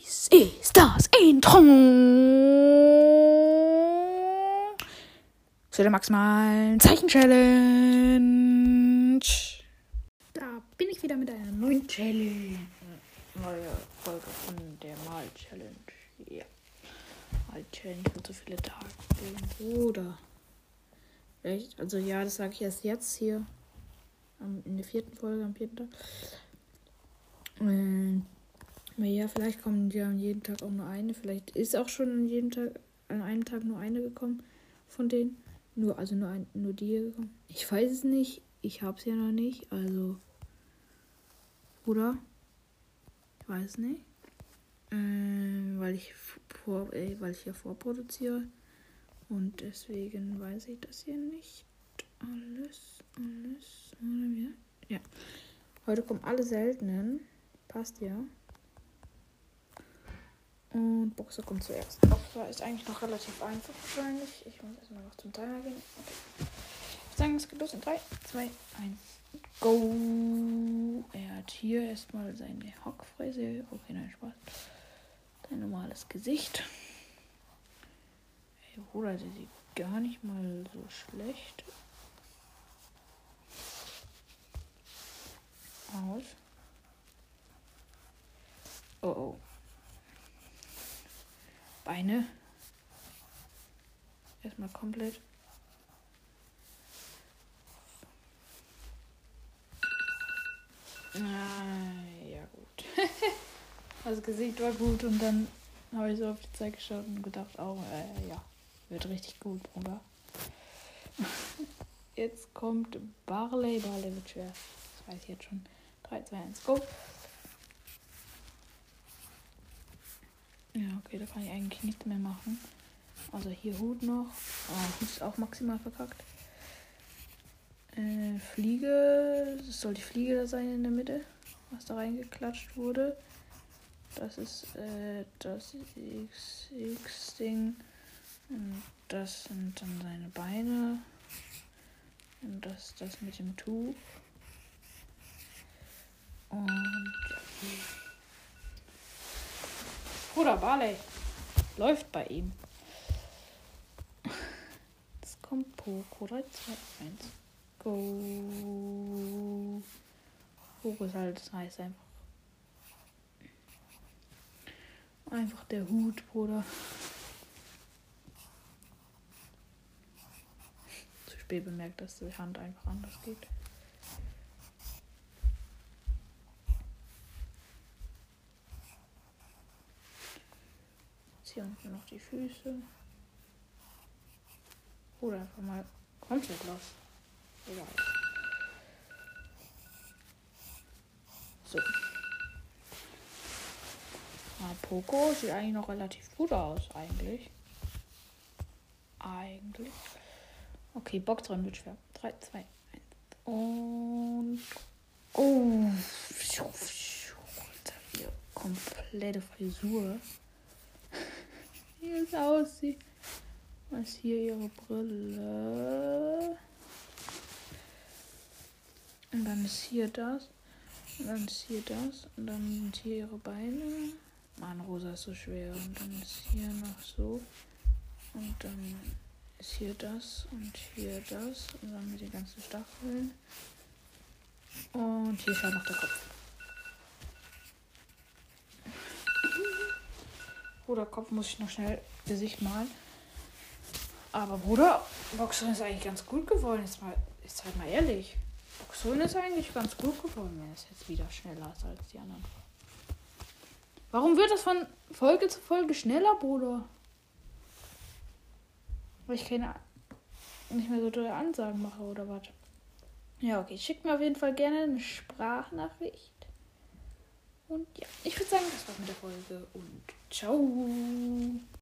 Dies ist das Intro zu der maximalen Zeichen-Challenge. Da bin ich wieder mit einer neuen Challenge. Neue Folge von der Mal-Challenge. Ja. Mal-Challenge für so viele Tage. Oder echt? Also ja, das sage ich erst jetzt hier. In der 4. Folge, am 4. Tag. Ja, vielleicht kommen die an jedem Tag auch nur eine. Vielleicht ist auch schon an einem Tag nur eine gekommen von denen. Nur die hier gekommen. Ich weiß es nicht. Ich hab's ja noch nicht. Also. Oder? Ich weiß nicht. Weil ich ja vorproduziere. Und deswegen weiß ich das hier nicht. Alles. Ja. Heute kommen alle seltenen. Passt ja. Und Boxer kommt zuerst. Boxer ist eigentlich noch relativ einfach wahrscheinlich. Ich muss erstmal noch zum Timer gehen. Okay. Ich würde sagen, es geht los in 3, 2, 1, go! Er hat hier erstmal seine Hockfräse. Okay, nein, Spaß. Sein normales Gesicht. Ey, Bruder, der sieht gar nicht mal so schlecht aus. Oh. Beine. Erstmal komplett. Ja gut. Das Gesicht war gut und dann habe ich so auf die Zeit geschaut und gedacht, ja, wird richtig gut, Bruder. Jetzt kommt Barley. Barley wird schwer. Das weiß ich jetzt schon. 3, 2, 1, go. Ja, okay, da kann ich eigentlich nichts mehr machen. Also hier Hut noch. Hut ist auch maximal verkackt. Fliege. Das soll die Fliege da sein in der Mitte, was da reingeklatscht wurde. Das ist das X-Ding. Und das sind dann seine Beine. Und das mit dem Tuch. Und Bruder Barley. Läuft bei ihm. Jetzt kommt Poco. 3, 2, 1. Go. Poco ist halt, das heißt einfach der Hut, Bruder. Zu spät bemerkt, dass die Hand einfach anders geht. Hier unten noch die Füße. Oder einfach mal komplett los. Egal. So. Poco sieht eigentlich noch relativ gut aus, eigentlich. Okay, Boxrennen wird schwer. 3, 2, 1. Und. Oh. Hier komplette Frisur. Wie es aussieht. Was hier ihre Brille. Und dann ist hier das. Und dann ist hier das. Und dann sind hier ihre Beine. Mann, rosa ist so schwer. Und dann ist hier noch so. Und dann ist hier das. Und hier das. Und dann mit den ganzen Stacheln. Und hier schaut noch der Kopf. Bruder, Kopf muss ich noch schnell Gesicht malen. Aber Bruder, Boxen ist eigentlich ganz gut geworden. Jetzt halt mal ehrlich. Boxen ist eigentlich ganz gut geworden, wenn es jetzt wieder schneller ist als die anderen. Warum wird das von Folge zu Folge schneller, Bruder? Weil ich nicht mehr so tolle Ansagen mache oder was? Ja, okay. Schickt mir auf jeden Fall gerne eine Sprachnachricht. Und ja, ich würde sagen, das war's mit der Folge und ciao.